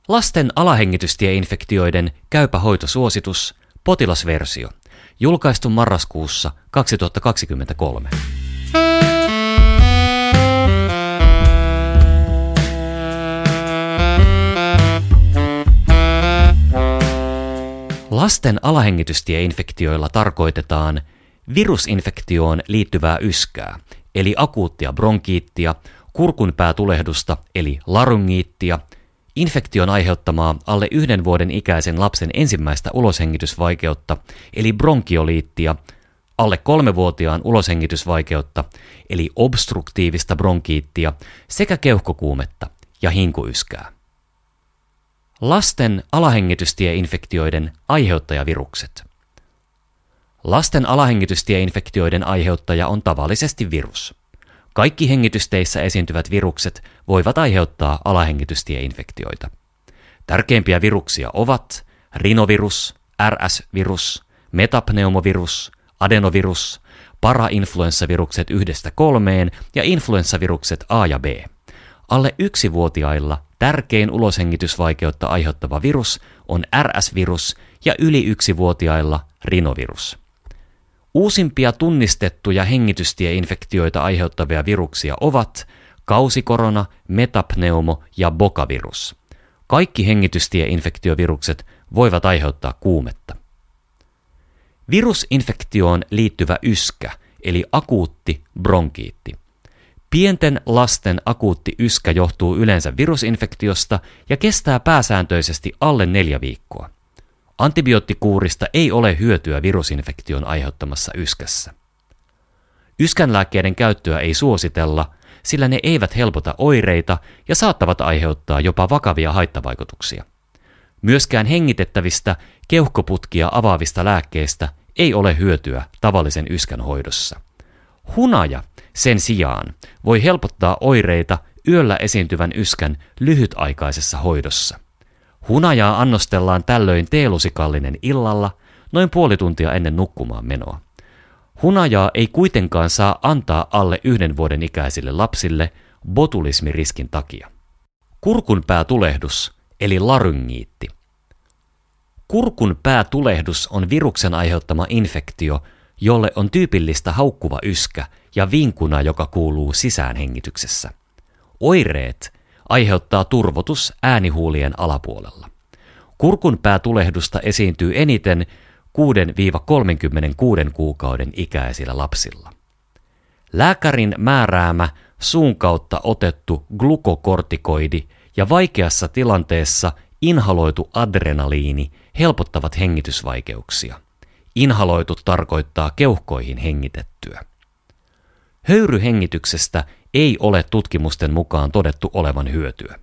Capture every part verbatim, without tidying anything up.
Lasten alahengitystieinfektioiden käypä hoitosuositus, potilasversio, julkaistu marraskuussa kaksituhattakaksikymmentäkolme. Lasten alahengitystieinfektioilla tarkoitetaan virusinfektioon liittyvää yskää, eli akuuttia bronkiittia, kurkunpäätulehdusta, eli laryngiittia, infektion aiheuttamaa alle yhden vuoden ikäisen lapsen ensimmäistä uloshengitysvaikeutta, eli bronkioliittia, alle kolmevuotiaan uloshengitysvaikeutta, eli obstruktiivista bronkiittia, sekä keuhkokuumetta ja hinkuyskää. Lasten alahengitystieinfektioiden aiheuttajavirukset. Lasten alahengitystieinfektioiden aiheuttaja on tavallisesti virus. Kaikki hengitysteissä esiintyvät virukset voivat aiheuttaa alahengitystieinfektioita. Tärkeimpiä viruksia ovat rinovirus, R S-virus, metapneumovirus, adenovirus, parainfluenssavirukset yhdestä kolmeen ja influenssavirukset A ja B. Alle yksivuotiailla tärkein uloshengitysvaikeutta aiheuttava virus on R S-virus ja yli yksivuotiailla rinovirus. Uusimpia tunnistettuja hengitystieinfektioita aiheuttavia viruksia ovat kausikorona, metapneumo ja bokavirus. Kaikki hengitystieinfektiovirukset voivat aiheuttaa kuumetta. Virusinfektioon liittyvä yskä, eli akuutti bronkiitti. Pienten lasten akuutti yskä johtuu yleensä virusinfektiosta ja kestää pääsääntöisesti alle neljä viikkoa. Antibioottikuurista ei ole hyötyä virusinfektion aiheuttamassa yskässä. Yskänlääkkeiden käyttöä ei suositella, sillä ne eivät helpota oireita ja saattavat aiheuttaa jopa vakavia haittavaikutuksia. Myöskään hengitettävistä keuhkoputkia avaavista lääkkeistä ei ole hyötyä tavallisen yskän hoidossa. Hunaja sen sijaan voi helpottaa oireita yöllä esiintyvän yskän lyhytaikaisessa hoidossa. Hunajaa annostellaan tällöin teelusikallinen illalla noin puoli tuntia ennen nukkumaan menoa. Hunajaa ei kuitenkaan saa antaa alle yhden vuoden ikäisille lapsille botulismiriskin takia. Kurkunpäätulehdus eli laryngiitti. Kurkunpäätulehdus on viruksen aiheuttama infektio, jolle on tyypillistä haukkuva yskä ja vinkuna, joka kuuluu sisäänhengityksessä. Oireet aiheuttaa turvotus äänihuulien alapuolella. Kurkunpäätulehdusta esiintyy eniten kuudesta kolmeenkymmeneenkuuteen kuukauden ikäisillä lapsilla. Lääkärin määräämä suun kautta otettu glukokortikoidi ja vaikeassa tilanteessa inhaloitu adrenaliini helpottavat hengitysvaikeuksia. Inhaloitu tarkoittaa keuhkoihin hengitettyä. Höyryhengityksestä ei ole tutkimusten mukaan todettu olevan hyötyä.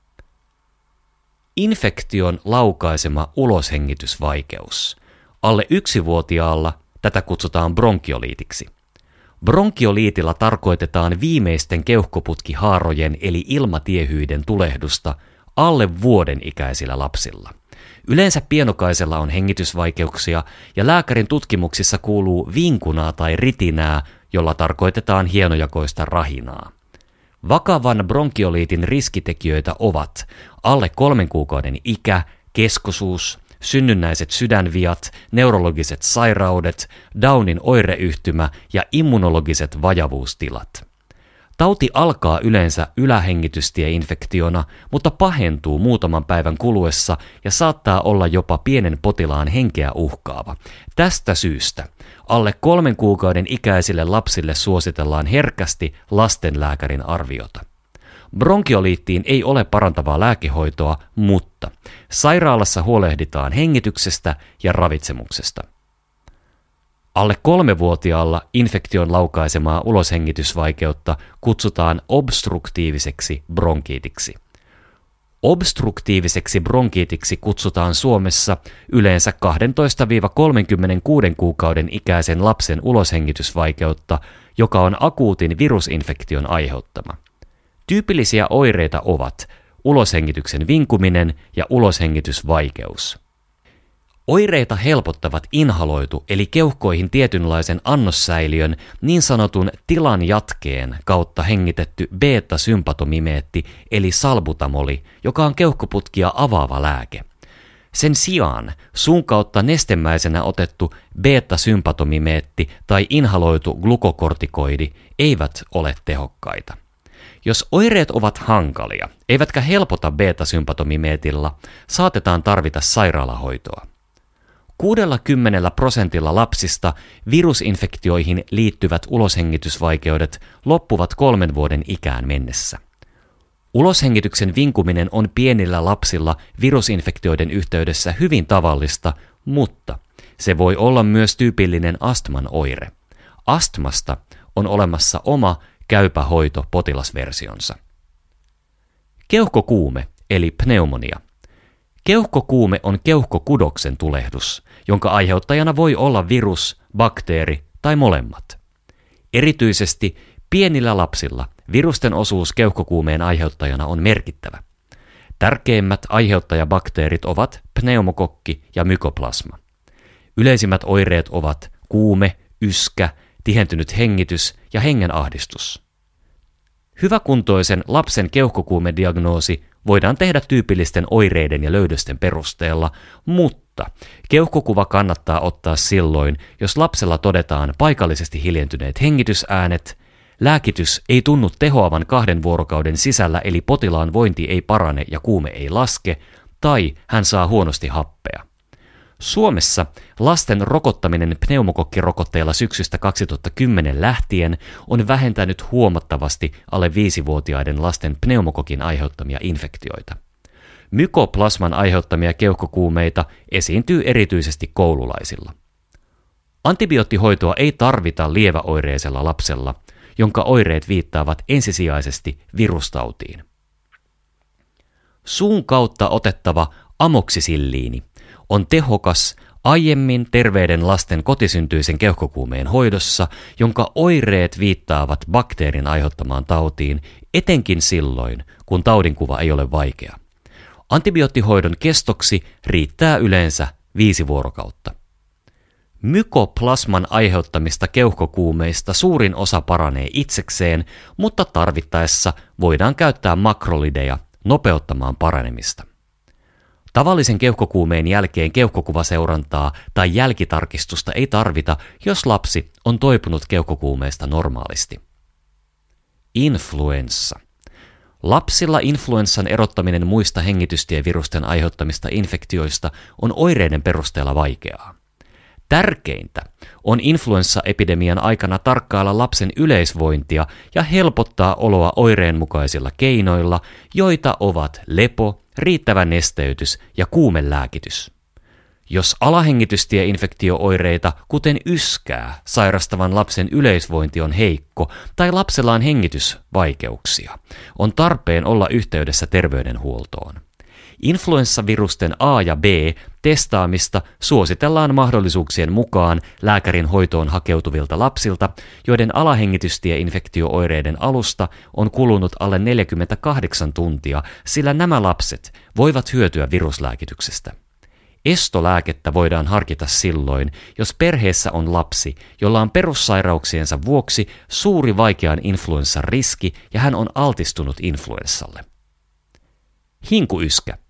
Infektion laukaisema uloshengitysvaikeus. Alle yksivuotiaalla tätä kutsutaan bronkioliitiksi. Bronkioliitilla tarkoitetaan viimeisten keuhkoputkihaarojen eli ilmatiehyiden tulehdusta alle vuoden ikäisillä lapsilla. Yleensä pienokaisella on hengitysvaikeuksia ja lääkärin tutkimuksissa kuuluu vinkunaa tai ritinää, jolla tarkoitetaan hienojakoista rahinaa. Vakavan bronkioliitin riskitekijöitä ovat alle kolmen kuukauden ikä, keskosuus, synnynnäiset sydänviat, neurologiset sairaudet, Downin oireyhtymä ja immunologiset vajavuustilat. Tauti alkaa yleensä ylähengitystieinfektiona, mutta pahentuu muutaman päivän kuluessa ja saattaa olla jopa pienen potilaan henkeä uhkaava. Tästä syystä alle kolmen kuukauden ikäisille lapsille suositellaan herkästi lastenlääkärin arviota. Bronkioliittiin ei ole parantavaa lääkehoitoa, mutta sairaalassa huolehditaan hengityksestä ja ravitsemuksesta. Alle kolmevuotiaalla infektion laukaisemaa uloshengitysvaikeutta kutsutaan obstruktiiviseksi bronkiitiksi. Obstruktiiviseksi bronkiitiksi kutsutaan Suomessa yleensä kaksitoista kolmekymmentäkuusi kuukauden ikäisen lapsen uloshengitysvaikeutta, joka on akuutin virusinfektion aiheuttama. Tyypillisiä oireita ovat uloshengityksen vinkuminen ja uloshengitysvaikeus. Oireita helpottavat inhaloitu eli keuhkoihin tietynlaisen annossäiliön niin sanotun tilan jatkeen kautta hengitetty beta-sympatomimeetti eli salbutamoli, joka on keuhkoputkia avaava lääke. Sen sijaan suun kautta nestemäisenä otettu beta-sympatomimeetti tai inhaloitu glukokortikoidi eivät ole tehokkaita. Jos oireet ovat hankalia, eivätkä helpota beta-sympatomimeetillä, saatetaan tarvita sairaalahoitoa. kuusikymmentä prosentilla lapsista virusinfektioihin liittyvät uloshengitysvaikeudet loppuvat kolmen vuoden ikään mennessä. Uloshengityksen vinkuminen on pienillä lapsilla virusinfektioiden yhteydessä hyvin tavallista, mutta se voi olla myös tyypillinen astman oire. Astmasta on olemassa oma käypä hoito potilasversionsa. Keuhkokuume eli pneumonia. Keuhkokuume on keuhkokudoksen tulehdus, jonka aiheuttajana voi olla virus, bakteeri tai molemmat. Erityisesti pienillä lapsilla virusten osuus keuhkokuumeen aiheuttajana on merkittävä. Tärkeimmät aiheuttajabakteerit ovat pneumokokki ja mykoplasma. Yleisimmät oireet ovat kuume, yskä, tihentynyt hengitys ja hengenahdistus. Hyväkuntoisen lapsen keuhkokuumediagnoosi voidaan tehdä tyypillisten oireiden ja löydösten perusteella, mutta keuhkokuva kannattaa ottaa silloin, jos lapsella todetaan paikallisesti hiljentyneet hengitysäänet, lääkitys ei tunnu tehoavan kahden vuorokauden sisällä eli potilaan vointi ei parane ja kuume ei laske, tai hän saa huonosti happea. Suomessa lasten rokottaminen pneumokokkirokotteilla syksystä kaksituhattakymmenen lähtien on vähentänyt huomattavasti alle viisivuotiaiden lasten pneumokokin aiheuttamia infektioita. Mykoplasman aiheuttamia keuhkokuumeita esiintyy erityisesti koululaisilla. Antibioottihoitoa ei tarvita lieväoireisella lapsella, jonka oireet viittaavat ensisijaisesti virustautiin. Suun kautta otettava amoksisilliini on tehokas aiemmin terveiden lasten kotisyntyisen keuhkokuumeen hoidossa, jonka oireet viittaavat bakteerin aiheuttamaan tautiin, etenkin silloin, kun taudinkuva ei ole vaikea. Antibioottihoidon kestoksi riittää yleensä viisi vuorokautta. Mykoplasman aiheuttamista keuhkokuumeista suurin osa paranee itsekseen, mutta tarvittaessa voidaan käyttää makrolideja nopeuttamaan paranemista. Tavallisen keuhkokuumeen jälkeen keuhkokuvaseurantaa tai jälkitarkistusta ei tarvita, jos lapsi on toipunut keuhkokuumeesta normaalisti. Influenssa. Lapsilla influenssan erottaminen muista hengitystievirusten aiheuttamista infektioista on oireiden perusteella vaikeaa. Tärkeintä on influenssaepidemian aikana tarkkailla lapsen yleisvointia ja helpottaa oloa oireenmukaisilla keinoilla, joita ovat lepo, riittävä nesteytys ja kuumelääkitys. Jos alahengitystieinfektio-oireita, kuten yskää, sairastavan lapsen yleisvointi on heikko tai lapsella on hengitysvaikeuksia, on tarpeen olla yhteydessä terveydenhuoltoon. Influenssavirusten A ja B testaamista suositellaan mahdollisuuksien mukaan lääkärin hoitoon hakeutuvilta lapsilta, joiden alahengitystieinfektio-oireiden alusta on kulunut alle neljäkymmentäkahdeksan tuntia, sillä nämä lapset voivat hyötyä viruslääkityksestä. Estolääkettä voidaan harkita silloin, jos perheessä on lapsi, jolla on perussairauksiensa vuoksi suuri vaikean influenssan riski ja hän on altistunut influenssalle. Hinkuyskä.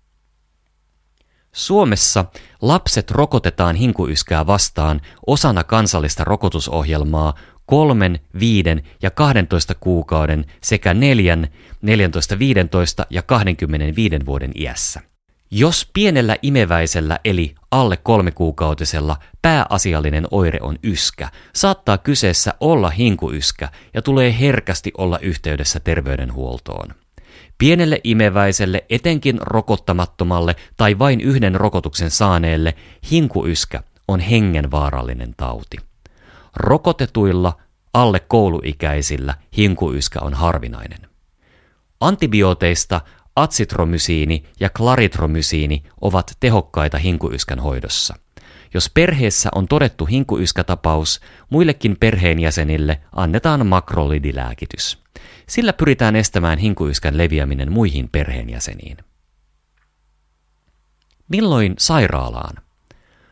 Suomessa lapset rokotetaan hinkuyskää vastaan osana kansallista rokotusohjelmaa kolmen, viiden ja kahdentoista kuukauden sekä neljän, neljäntoista, viidentoista ja kaksikymmentäviisi vuoden iässä. Jos pienellä imeväisellä eli alle kolmekuukautisella pääasiallinen oire on yskä, saattaa kyseessä olla hinkuyskä ja tulee herkästi olla yhteydessä terveydenhuoltoon. Pienelle imeväiselle, etenkin rokottamattomalle tai vain yhden rokotuksen saaneelle, hinkuyskä on hengenvaarallinen tauti. Rokotetuilla alle kouluikäisillä hinkuyskä on harvinainen. Antibiooteista atsitromysiini ja klaritromysiini ovat tehokkaita hinkuyskän hoidossa. Jos perheessä on todettu hinkuyskätapaus, muillekin perheenjäsenille annetaan makrolidilääkitys. Sillä pyritään estämään hinkuyskän leviäminen muihin perheenjäseniin. Milloin sairaalaan?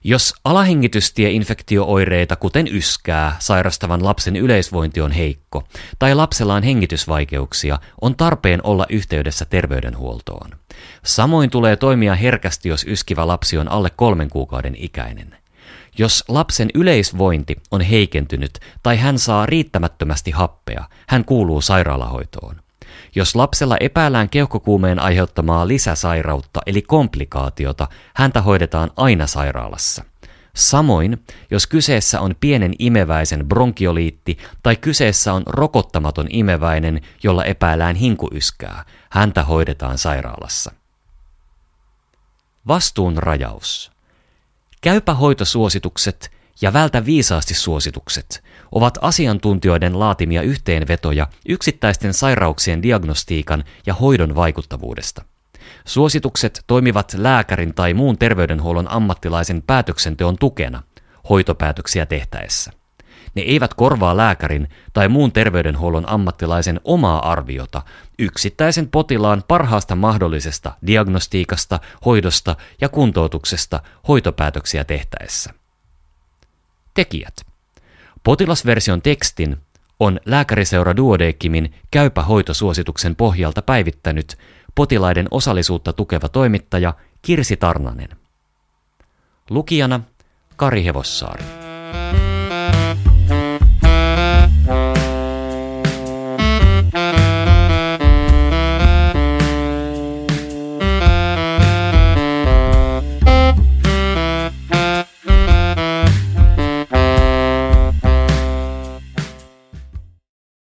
Jos alahengitystieinfektio-oireita, kuten yskää, sairastavan lapsen yleisvointi on heikko, tai lapsella on hengitysvaikeuksia, on tarpeen olla yhteydessä terveydenhuoltoon. Samoin tulee toimia herkästi, jos yskivä lapsi on alle kolmen kuukauden ikäinen. Jos lapsen yleisvointi on heikentynyt tai hän saa riittämättömästi happea, hän kuuluu sairaalahoitoon. Jos lapsella epäillään keuhkokuumeen aiheuttamaa lisäsairautta eli komplikaatiota, häntä hoidetaan aina sairaalassa. Samoin, jos kyseessä on pienen imeväisen bronkioliitti tai kyseessä on rokottamaton imeväinen, jolla epäillään hinkuyskää, häntä hoidetaan sairaalassa. Vastuun rajaus. Käypä hoitosuositukset ja vältä viisaasti suositukset ovat asiantuntijoiden laatimia yhteenvetoja yksittäisten sairauksien diagnostiikan ja hoidon vaikuttavuudesta. Suositukset toimivat lääkärin tai muun terveydenhuollon ammattilaisen päätöksenteon tukena hoitopäätöksiä tehtäessä. Ne eivät korvaa lääkärin tai muun terveydenhuollon ammattilaisen omaa arviota yksittäisen potilaan parhaasta mahdollisesta diagnostiikasta, hoidosta ja kuntoutuksesta hoitopäätöksiä tehtäessä. Tekijät. Potilasversion tekstin on Lääkäriseura Duodecimin Käypä hoitosuosituksen pohjalta päivittänyt potilaiden osallisuutta tukeva toimittaja Kirsi Tarnanen. Lukijana Kari Hevossaari.